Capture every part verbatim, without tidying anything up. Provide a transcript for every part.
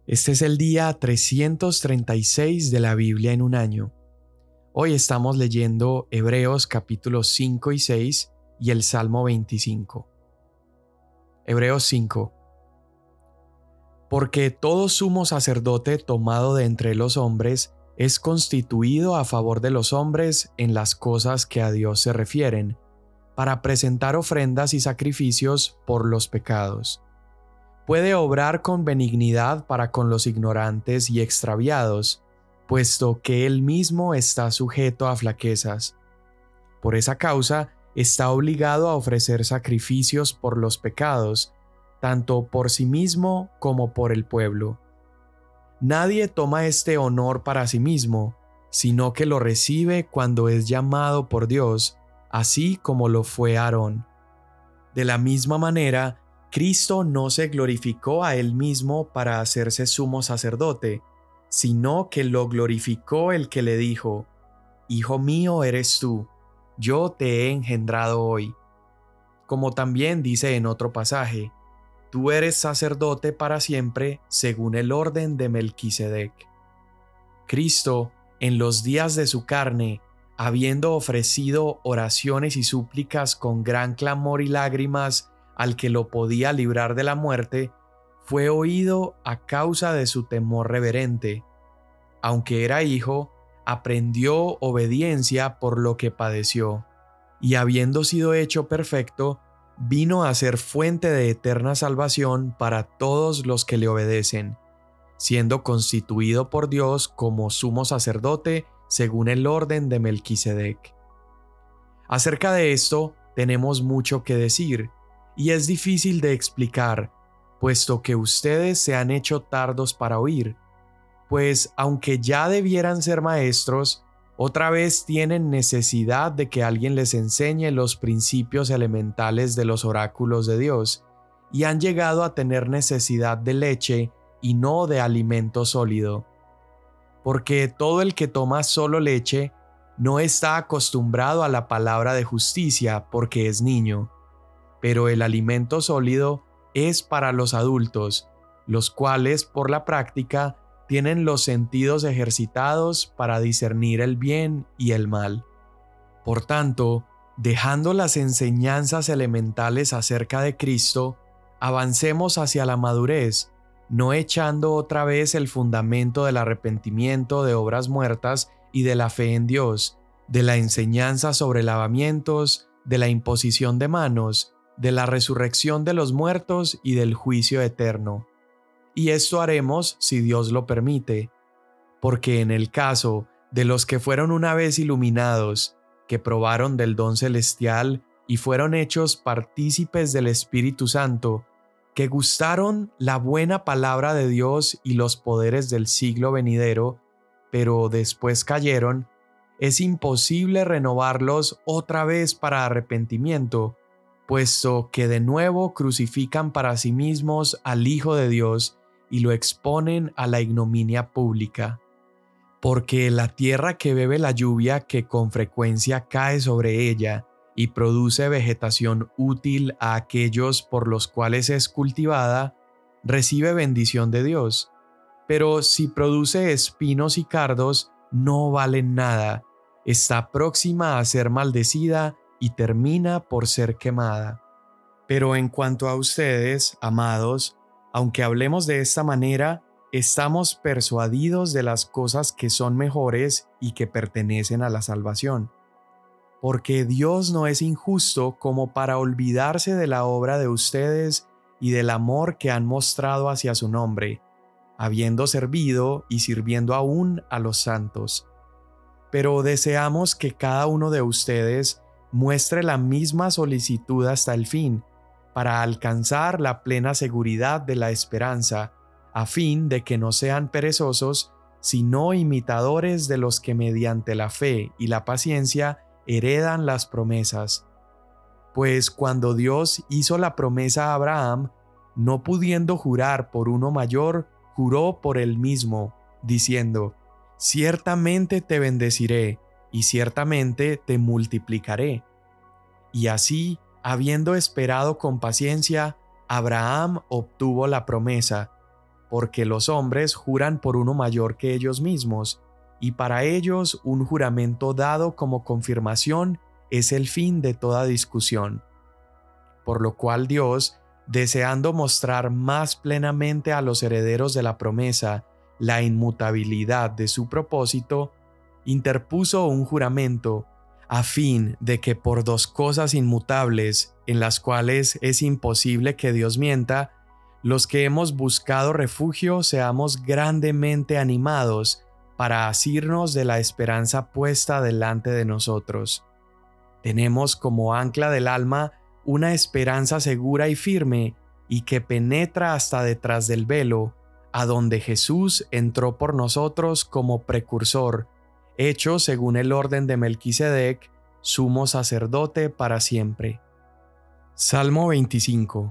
Este es el día trescientos treinta y seis de la Biblia en un año. Hoy estamos leyendo Hebreos capítulos cinco y seis y el Salmo veinticinco. Hebreos cinco. Porque todo sumo sacerdote tomado de entre los hombres es constituido a favor de los hombres en las cosas que a Dios se refieren, para presentar ofrendas y sacrificios por los pecados. Puede obrar con benignidad para con los ignorantes y extraviados, puesto que él mismo está sujeto a flaquezas. Por esa causa está obligado a ofrecer sacrificios por los pecados, tanto por sí mismo como por el pueblo. Nadie toma este honor para sí mismo, sino que lo recibe cuando es llamado por Dios, así como lo fue Aarón. De la misma manera, Cristo no se glorificó a él mismo para hacerse sumo sacerdote, sino que lo glorificó el que le dijo: Hijo mío eres tú, yo te he engendrado hoy. Como también dice en otro pasaje: Tú eres sacerdote para siempre según el orden de Melquisedec. Cristo, en los días de su carne, habiendo ofrecido oraciones y súplicas con gran clamor y lágrimas al que lo podía librar de la muerte, fue oído a causa de su temor reverente. Aunque era hijo, aprendió obediencia por lo que padeció, y habiendo sido hecho perfecto, vino a ser fuente de eterna salvación para todos los que le obedecen, siendo constituido por Dios como sumo sacerdote según el orden de Melquisedec. Acerca de esto tenemos mucho que decir, y es difícil de explicar, puesto que ustedes se han hecho tardos para oír, pues aunque ya debieran ser maestros, otra vez tienen necesidad de que alguien les enseñe los principios elementales de los oráculos de Dios, y han llegado a tener necesidad de leche y no de alimento sólido. Porque todo el que toma solo leche no está acostumbrado a la palabra de justicia porque es niño, pero el alimento sólido es para los adultos, los cuales por la práctica tienen los sentidos ejercitados para discernir el bien y el mal. Por tanto, dejando las enseñanzas elementales acerca de Cristo, avancemos hacia la madurez, no echando otra vez el fundamento del arrepentimiento de obras muertas y de la fe en Dios, de la enseñanza sobre lavamientos, de la imposición de manos, de la resurrección de los muertos y del juicio eterno. Y esto haremos si Dios lo permite, porque en el caso de los que fueron una vez iluminados, que probaron del don celestial y fueron hechos partícipes del Espíritu Santo, que gustaron la buena palabra de Dios y los poderes del siglo venidero, pero después cayeron, es imposible renovarlos otra vez para arrepentimiento, puesto que de nuevo crucifican para sí mismos al Hijo de Dios y lo exponen a la ignominia pública. Porque la tierra que bebe la lluvia que con frecuencia cae sobre ella y produce vegetación útil a aquellos por los cuales es cultivada, recibe bendición de Dios. Pero si produce espinos y cardos, no valen nada, está próxima a ser maldecida y termina por ser quemada. Pero en cuanto a ustedes, amados, aunque hablemos de esta manera, estamos persuadidos de las cosas que son mejores y que pertenecen a la salvación. Porque Dios no es injusto como para olvidarse de la obra de ustedes y del amor que han mostrado hacia su nombre, habiendo servido y sirviendo aún a los santos. Pero deseamos que cada uno de ustedes muestre la misma solicitud hasta el fin, para alcanzar la plena seguridad de la esperanza, a fin de que no sean perezosos, sino imitadores de los que mediante la fe y la paciencia heredan las promesas. Pues cuando Dios hizo la promesa a Abraham, no pudiendo jurar por uno mayor, juró por él mismo, diciendo: Ciertamente te bendeciré, y ciertamente te multiplicaré. Y así, habiendo esperado con paciencia, Abraham obtuvo la promesa, porque los hombres juran por uno mayor que ellos mismos, y para ellos un juramento dado como confirmación es el fin de toda discusión. Por lo cual Dios, deseando mostrar más plenamente a los herederos de la promesa la inmutabilidad de su propósito, interpuso un juramento, a fin de que por dos cosas inmutables, en las cuales es imposible que Dios mienta, los que hemos buscado refugio seamos grandemente animados para asirnos de la esperanza puesta delante de nosotros. Tenemos como ancla del alma una esperanza segura y firme, y que penetra hasta detrás del velo, a donde Jesús entró por nosotros como precursor, hecho según el orden de Melquisedec, sumo sacerdote para siempre. Salmo veinticinco.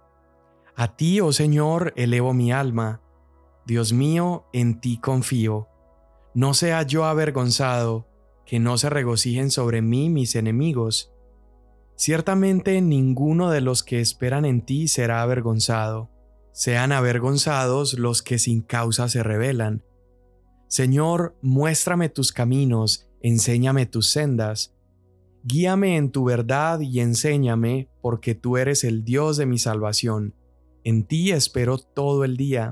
A ti, oh Señor, elevo mi alma. Dios mío, en ti confío. No sea yo avergonzado, que no se regocijen sobre mí mis enemigos. Ciertamente ninguno de los que esperan en ti será avergonzado. Sean avergonzados los que sin causa se rebelan. Señor, muéstrame tus caminos, enséñame tus sendas. Guíame en tu verdad y enséñame, porque tú eres el Dios de mi salvación. En ti espero todo el día.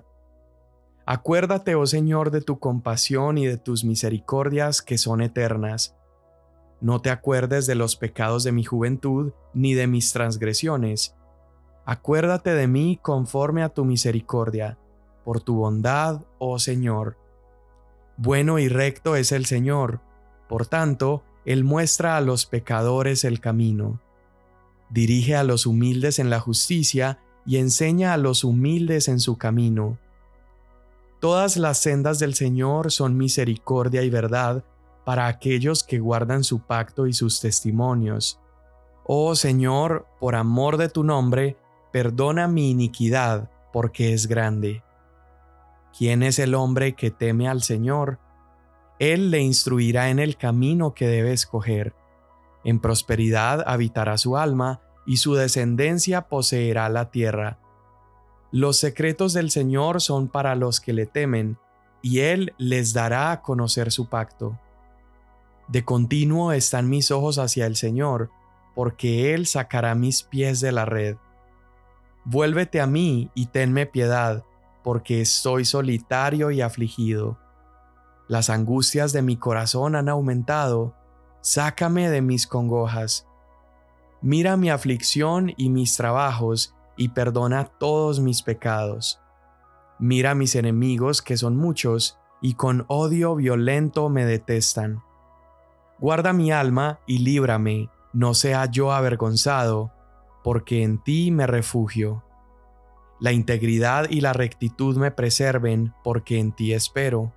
Acuérdate, oh Señor, de tu compasión y de tus misericordias que son eternas. No te acuerdes de los pecados de mi juventud, ni de mis transgresiones. Acuérdate de mí conforme a tu misericordia, por tu bondad, oh Señor. Bueno y recto es el Señor, por tanto, Él muestra a los pecadores el camino. Dirige a los humildes en la justicia y enseña a los humildes en su camino. Todas las sendas del Señor son misericordia y verdad para aquellos que guardan su pacto y sus testimonios. Oh Señor, por amor de tu nombre, perdona mi iniquidad, porque es grande. ¿Quién es el hombre que teme al Señor? Él le instruirá en el camino que debe escoger. En prosperidad habitará su alma, y su descendencia poseerá la tierra. Los secretos del Señor son para los que le temen, y Él les dará a conocer su pacto. De continuo están mis ojos hacia el Señor, porque Él sacará mis pies de la red. Vuélvete a mí y tenme piedad, porque estoy solitario y afligido. Las angustias de mi corazón han aumentado, sácame de mis congojas. Mira mi aflicción y mis trabajos, y perdona todos mis pecados. Mira mis enemigos, que son muchos, y con odio violento me detestan. Guarda mi alma y líbrame, no sea yo avergonzado, porque en ti me refugio. La integridad y la rectitud me preserven, porque en ti espero.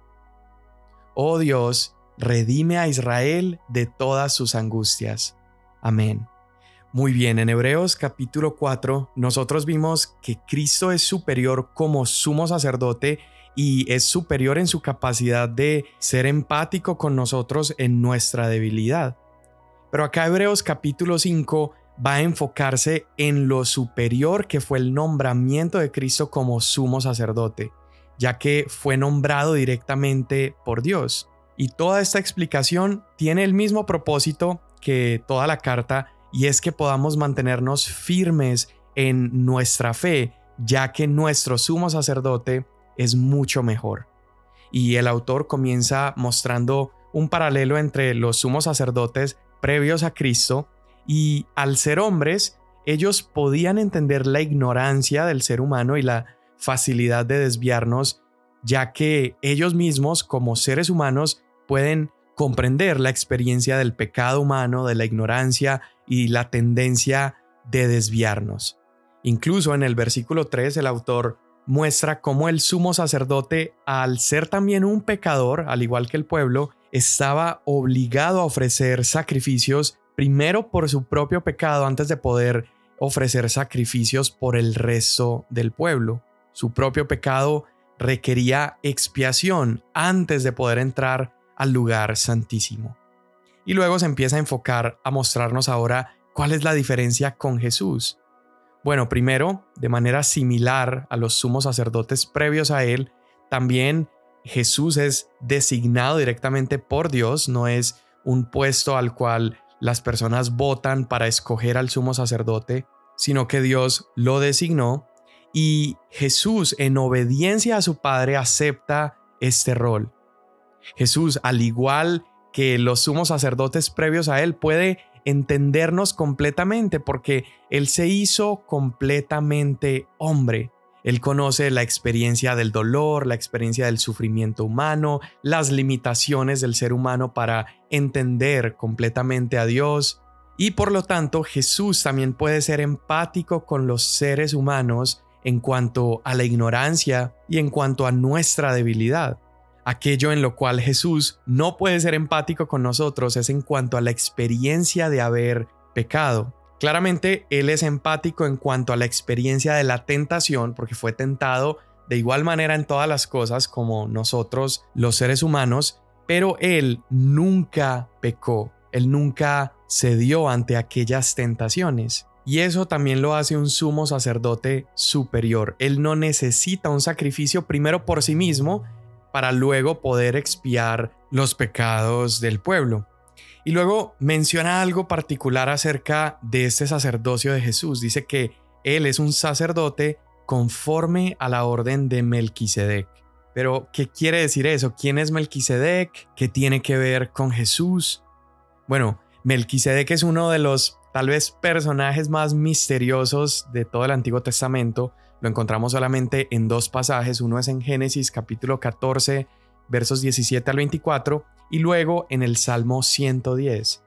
Oh Dios, redime a Israel de todas sus angustias. Amén. Muy bien, en Hebreos capítulo cuatro, nosotros vimos que Cristo es superior como sumo sacerdote y es superior en su capacidad de ser empático con nosotros en nuestra debilidad. Pero acá Hebreos capítulo cinco va a enfocarse en lo superior que fue el nombramiento de Cristo como sumo sacerdote, ya que fue nombrado directamente por Dios. Y toda esta explicación tiene el mismo propósito que toda la carta, y es que podamos mantenernos firmes en nuestra fe, ya que nuestro sumo sacerdote es mucho mejor. Y el autor comienza mostrando un paralelo entre los sumos sacerdotes previos a Cristo, y al ser hombres, ellos podían entender la ignorancia del ser humano y la facilidad de desviarnos, ya que ellos mismos, como seres humanos, pueden comprender la experiencia del pecado humano, de la ignorancia y la tendencia de desviarnos. Incluso en el versículo tres, el autor muestra cómo el sumo sacerdote, al ser también un pecador, al igual que el pueblo, estaba obligado a ofrecer sacrificios primero por su propio pecado antes de poder ofrecer sacrificios por el resto del pueblo. Su propio pecado requería expiación antes de poder entrar al lugar santísimo. Y luego se empieza a enfocar a mostrarnos ahora cuál es la diferencia con Jesús. Bueno, primero, de manera similar a los sumos sacerdotes previos a él, también Jesús es designado directamente por Dios, no es un puesto al cual las personas votan para escoger al sumo sacerdote, sino que Dios lo designó y Jesús, en obediencia a su Padre, acepta este rol. Jesús, al igual que los sumos sacerdotes previos a él, puede entendernos completamente porque Él se hizo completamente hombre. Él conoce la experiencia del dolor, la experiencia del sufrimiento humano, las limitaciones del ser humano para entender completamente a Dios. Y por lo tanto, Jesús también puede ser empático con los seres humanos en cuanto a la ignorancia y en cuanto a nuestra debilidad. Aquello en lo cual Jesús no puede ser empático con nosotros es en cuanto a la experiencia de haber pecado. Claramente, Él es empático en cuanto a la experiencia de la tentación, porque fue tentado de igual manera en todas las cosas como nosotros, los seres humanos, pero Él nunca pecó. Él nunca cedió ante aquellas tentaciones. Y eso también lo hace un sumo sacerdote superior. Él no necesita un sacrificio primero por sí mismo, para luego poder expiar los pecados del pueblo. Y luego menciona algo particular acerca de este sacerdocio de Jesús. Dice que él es un sacerdote conforme a la orden de Melquisedec. Pero, ¿qué quiere decir eso? ¿Quién es Melquisedec? ¿Qué tiene que ver con Jesús? Bueno, Melquisedec es uno de los tal vez personajes más misteriosos de todo el Antiguo Testamento. Lo encontramos solamente en dos pasajes, uno es en Génesis capítulo catorce, versos diecisiete al veinticuatro, y luego en el Salmo ciento diez.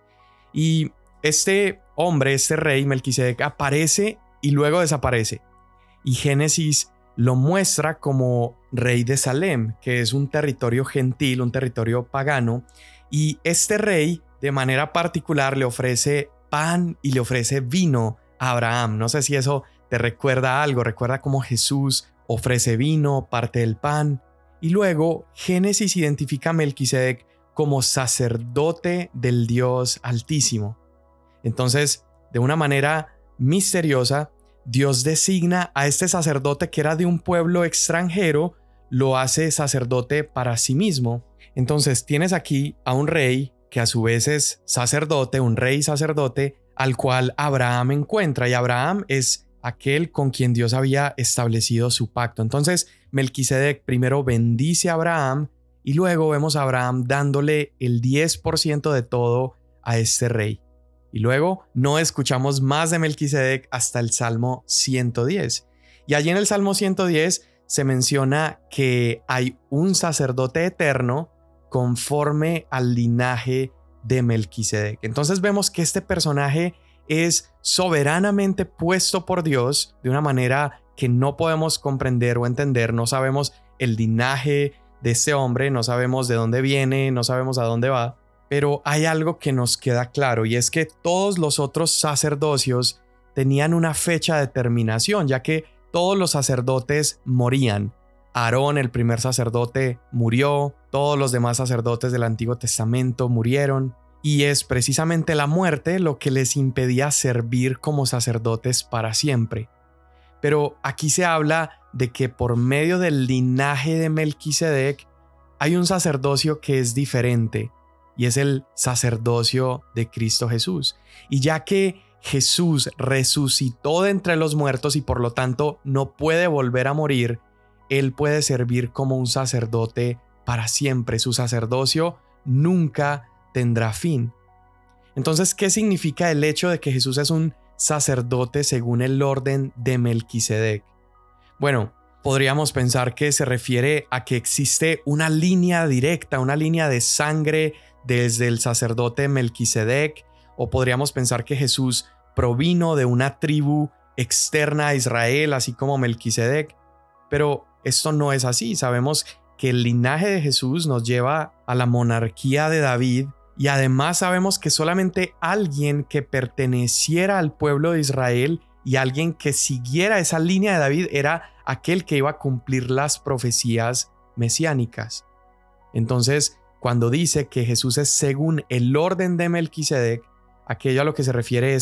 Y este hombre, este rey Melquisedec, aparece y luego desaparece. Y Génesis lo muestra como rey de Salem, que es un territorio gentil, un territorio pagano, y este rey de manera particular le ofrece pan y le ofrece vino a Abraham. No sé si eso te recuerda algo, recuerda cómo Jesús ofrece vino, parte del pan, y luego Génesis identifica a Melquisedec como sacerdote del Dios Altísimo. Entonces, de una manera misteriosa, Dios designa a este sacerdote que era de un pueblo extranjero, lo hace sacerdote para sí mismo. Entonces, tienes aquí a un rey que a su vez es sacerdote, un rey sacerdote, al cual Abraham encuentra, y Abraham es aquel con quien Dios había establecido su pacto. Entonces, Melquisedec primero bendice a Abraham y luego vemos a Abraham dándole el diez por ciento de todo a este rey. Y luego no escuchamos más de Melquisedec hasta el Salmo ciento diez. Y allí en el Salmo ciento diez se menciona que hay un sacerdote eterno conforme al linaje de Melquisedec. Entonces vemos que este personaje es soberanamente puesto por Dios de una manera que no podemos comprender o entender. No sabemos el linaje de este hombre, no sabemos de dónde viene, no sabemos a dónde va, pero hay algo que nos queda claro, y es que todos los otros sacerdocios tenían una fecha de terminación, ya que todos los sacerdotes morían. Aarón, el primer sacerdote, murió, todos los demás sacerdotes del Antiguo Testamento murieron, y es precisamente la muerte lo que les impedía servir como sacerdotes para siempre. Pero aquí se habla de que por medio del linaje de Melquisedec hay un sacerdocio que es diferente, y es el sacerdocio de Cristo Jesús. Y ya que Jesús resucitó de entre los muertos y por lo tanto no puede volver a morir, Él puede servir como un sacerdote para siempre. Su sacerdocio nunca tendrá fin. Entonces, ¿qué significa el hecho de que Jesús es un sacerdote según el orden de Melquisedec? Bueno, podríamos pensar que se refiere a que existe una línea directa, una línea de sangre desde el sacerdote Melquisedec, o podríamos pensar que Jesús provino de una tribu externa a Israel, así como Melquisedec, pero esto no es así. Sabemos que el linaje de Jesús nos lleva a la monarquía de David, y además sabemos que solamente alguien que perteneciera al pueblo de Israel y alguien que siguiera esa línea de David era aquel que iba a cumplir las profecías mesiánicas. Entonces, cuando dice que Jesús es según el orden de Melquisedec, aquello a lo que se refiere es que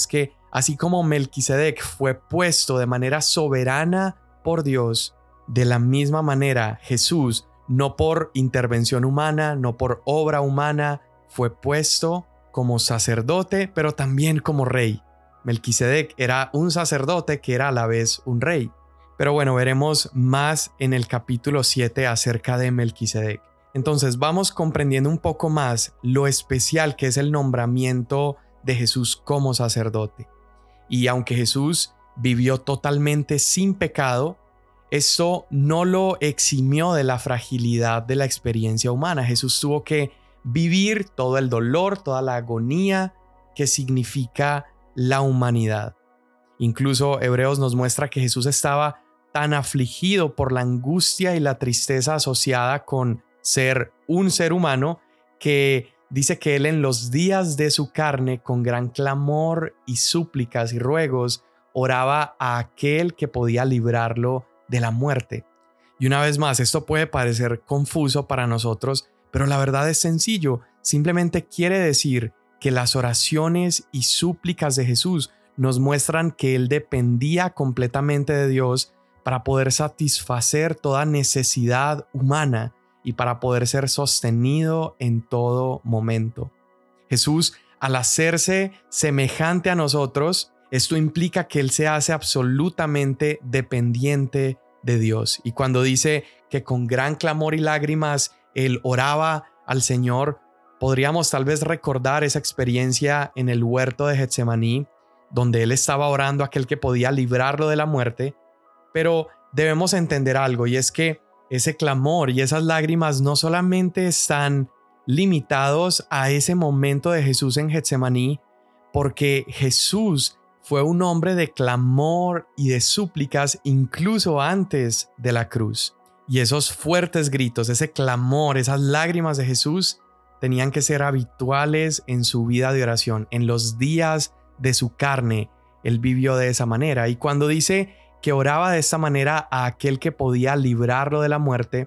Así como Melquisedec fue puesto de manera soberana por Dios, de la misma manera Jesús, no por intervención humana, no por obra humana, fue puesto como sacerdote, pero también como rey. Melquisedec era un sacerdote que era a la vez un rey. Pero bueno, veremos más en el capítulo siete acerca de Melquisedec. Entonces vamos comprendiendo un poco más lo especial que es el nombramiento de Jesús como sacerdote. Y aunque Jesús vivió totalmente sin pecado, esto no lo eximió de la fragilidad de la experiencia humana. Jesús tuvo que vivir todo el dolor, toda la agonía que significa la humanidad. Incluso Hebreos nos muestra que Jesús estaba tan afligido por la angustia y la tristeza asociada con ser un ser humano, que dice que él en los días de su carne, con gran clamor y súplicas y ruegos, oraba a aquel que podía librarlo de la muerte. Y una vez más, esto puede parecer confuso para nosotros, pero la verdad es sencillo. Simplemente quiere decir que las oraciones y súplicas de Jesús nos muestran que él dependía completamente de Dios para poder satisfacer toda necesidad humana y para poder ser sostenido en todo momento. Jesús, al hacerse semejante a nosotros, esto implica que él se hace absolutamente dependiente de Dios. Y cuando dice que con gran clamor y lágrimas él oraba al Señor, podríamos tal vez recordar esa experiencia en el huerto de Getsemaní, donde él estaba orando a aquel que podía librarlo de la muerte. Pero debemos entender algo, y es que ese clamor y esas lágrimas no solamente están limitados a ese momento de Jesús en Getsemaní, porque Jesús fue un hombre de clamor y de súplicas incluso antes de la cruz. Y esos fuertes gritos, ese clamor, esas lágrimas de Jesús tenían que ser habituales en su vida de oración. En los días de su carne, él vivió de esa manera. Y cuando dice que oraba de esta manera a aquel que podía librarlo de la muerte,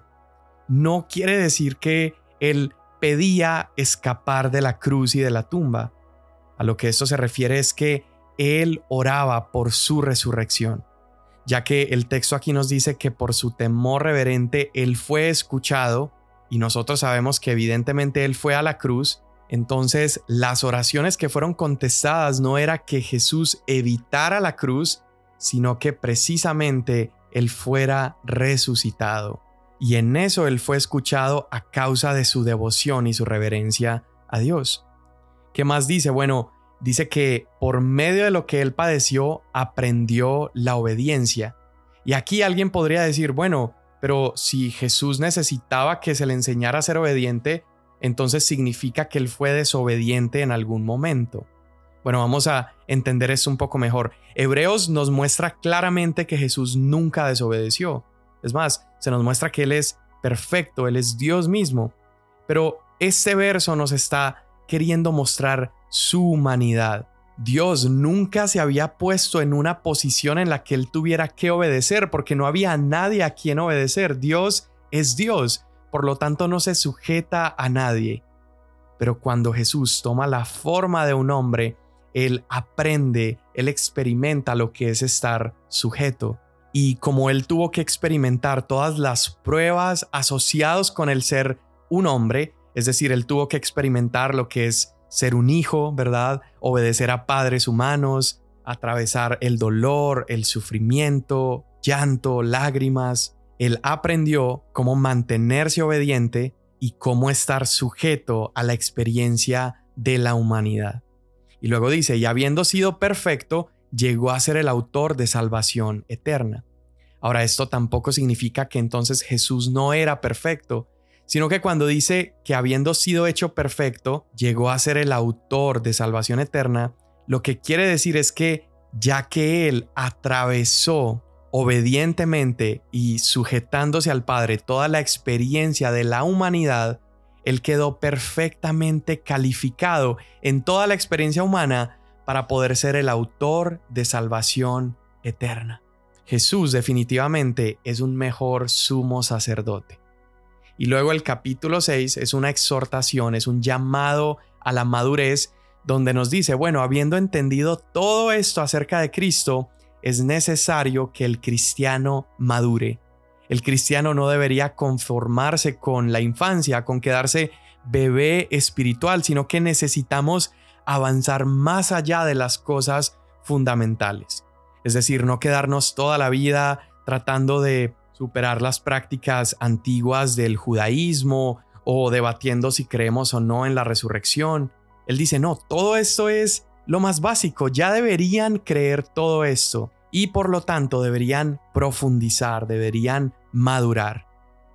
no quiere decir que él pedía escapar de la cruz y de la tumba. A lo que esto se refiere es que él oraba por su resurrección, ya que el texto aquí nos dice que por su temor reverente él fue escuchado, y nosotros sabemos que evidentemente él fue a la cruz. Entonces las oraciones que fueron contestadas no era que Jesús evitara la cruz, sino que precisamente él fuera resucitado. Y en eso él fue escuchado a causa de su devoción y su reverencia a Dios. ¿Qué más dice? Bueno, dice que por medio de lo que él padeció, aprendió la obediencia. Y aquí alguien podría decir, bueno, pero si Jesús necesitaba que se le enseñara a ser obediente, entonces significa que él fue desobediente en algún momento. Bueno, vamos a entender esto un poco mejor. Hebreos nos muestra claramente que Jesús nunca desobedeció. Es más, se nos muestra que él es perfecto, él es Dios mismo. Pero este verso nos está queriendo mostrar su humanidad. Dios nunca se había puesto en una posición en la que él tuviera que obedecer, porque no había nadie a quien obedecer. Dios es Dios, por lo tanto no se sujeta a nadie. Pero cuando Jesús toma la forma de un hombre, él aprende, él experimenta lo que es estar sujeto. Y como él tuvo que experimentar todas las pruebas asociadas con el ser un hombre, es decir, él tuvo que experimentar lo que es ser un hijo, ¿verdad? Obedecer a padres humanos, atravesar el dolor, el sufrimiento, llanto, lágrimas. Él aprendió cómo mantenerse obediente y cómo estar sujeto a la experiencia de la humanidad. Y luego dice, y habiendo sido perfecto, llegó a ser el autor de salvación eterna. Ahora, esto tampoco significa que entonces Jesús no era perfecto, sino que cuando dice que habiendo sido hecho perfecto, llegó a ser el autor de salvación eterna, lo que quiere decir es que ya que él atravesó obedientemente y sujetándose al Padre toda la experiencia de la humanidad, él quedó perfectamente calificado en toda la experiencia humana para poder ser el autor de salvación eterna. Jesús definitivamente es un mejor sumo sacerdote. Y luego el capítulo seis es una exhortación, es un llamado a la madurez, donde nos dice, bueno, habiendo entendido todo esto acerca de Cristo, es necesario que el cristiano madure. El cristiano no debería conformarse con la infancia, con quedarse bebé espiritual, sino que necesitamos avanzar más allá de las cosas fundamentales. Es decir, no quedarnos toda la vida tratando de superar las prácticas antiguas del judaísmo o debatiendo si creemos o no en la resurrección. Él dice, no, todo esto es lo más básico, ya deberían creer todo esto y por lo tanto deberían profundizar, deberían madurar.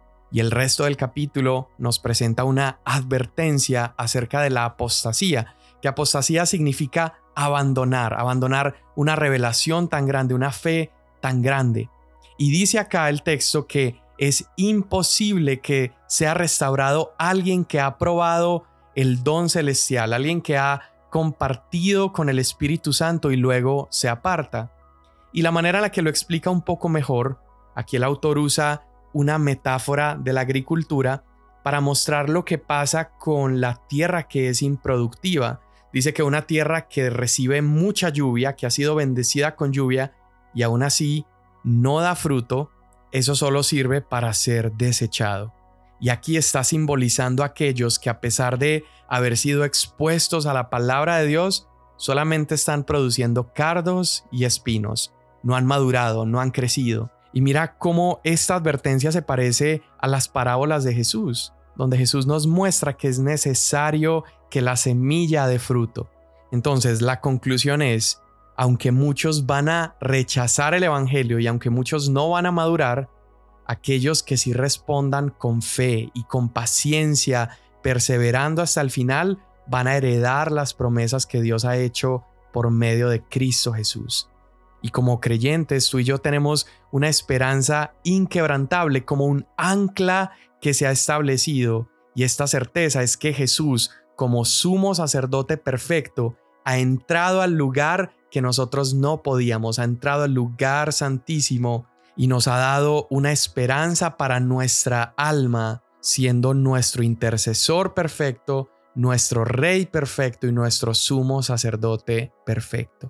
Y el resto del capítulo nos presenta una advertencia acerca de la apostasía, que apostasía significa abandonar, abandonar una revelación tan grande, una fe tan grande. Y dice acá el texto que es imposible que sea restaurado alguien que ha probado el don celestial, alguien que ha compartido con el Espíritu Santo y luego se aparta. Y la manera en la que lo explica un poco mejor, aquí el autor usa una metáfora de la agricultura para mostrar lo que pasa con la tierra que es improductiva. Dice que una tierra que recibe mucha lluvia, que ha sido bendecida con lluvia y aún así no da fruto, eso solo sirve para ser desechado. Y aquí está simbolizando a aquellos que a pesar de haber sido expuestos a la palabra de Dios, solamente están produciendo cardos y espinos. No han madurado, no han crecido. Y mira cómo esta advertencia se parece a las parábolas de Jesús, donde Jesús nos muestra que es necesario que la semilla dé fruto. Entonces, la conclusión es, aunque muchos van a rechazar el evangelio y aunque muchos no van a madurar, aquellos que sí respondan con fe y con paciencia, perseverando hasta el final, van a heredar las promesas que Dios ha hecho por medio de Cristo Jesús. Y como creyentes, tú y yo tenemos una esperanza inquebrantable, como un ancla que se ha establecido. Y esta certeza es que Jesús, como sumo sacerdote perfecto, ha entrado al lugar que nosotros no podíamos, ha entrado al lugar santísimo y nos ha dado una esperanza para nuestra alma, siendo nuestro intercesor perfecto, nuestro Rey perfecto y nuestro sumo sacerdote perfecto.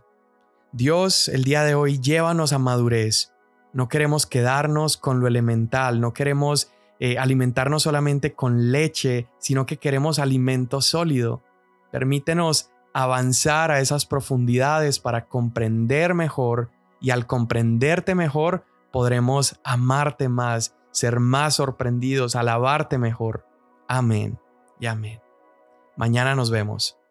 Dios, el día de hoy, llévanos a madurez. No queremos quedarnos con lo elemental, no queremos eh, alimentarnos solamente con leche, sino que queremos alimento sólido. Permítenos avanzar a esas profundidades para comprender mejor, y al comprenderte mejor podremos amarte más, ser más sorprendidos, alabarte mejor. Amén y amén. Mañana nos vemos.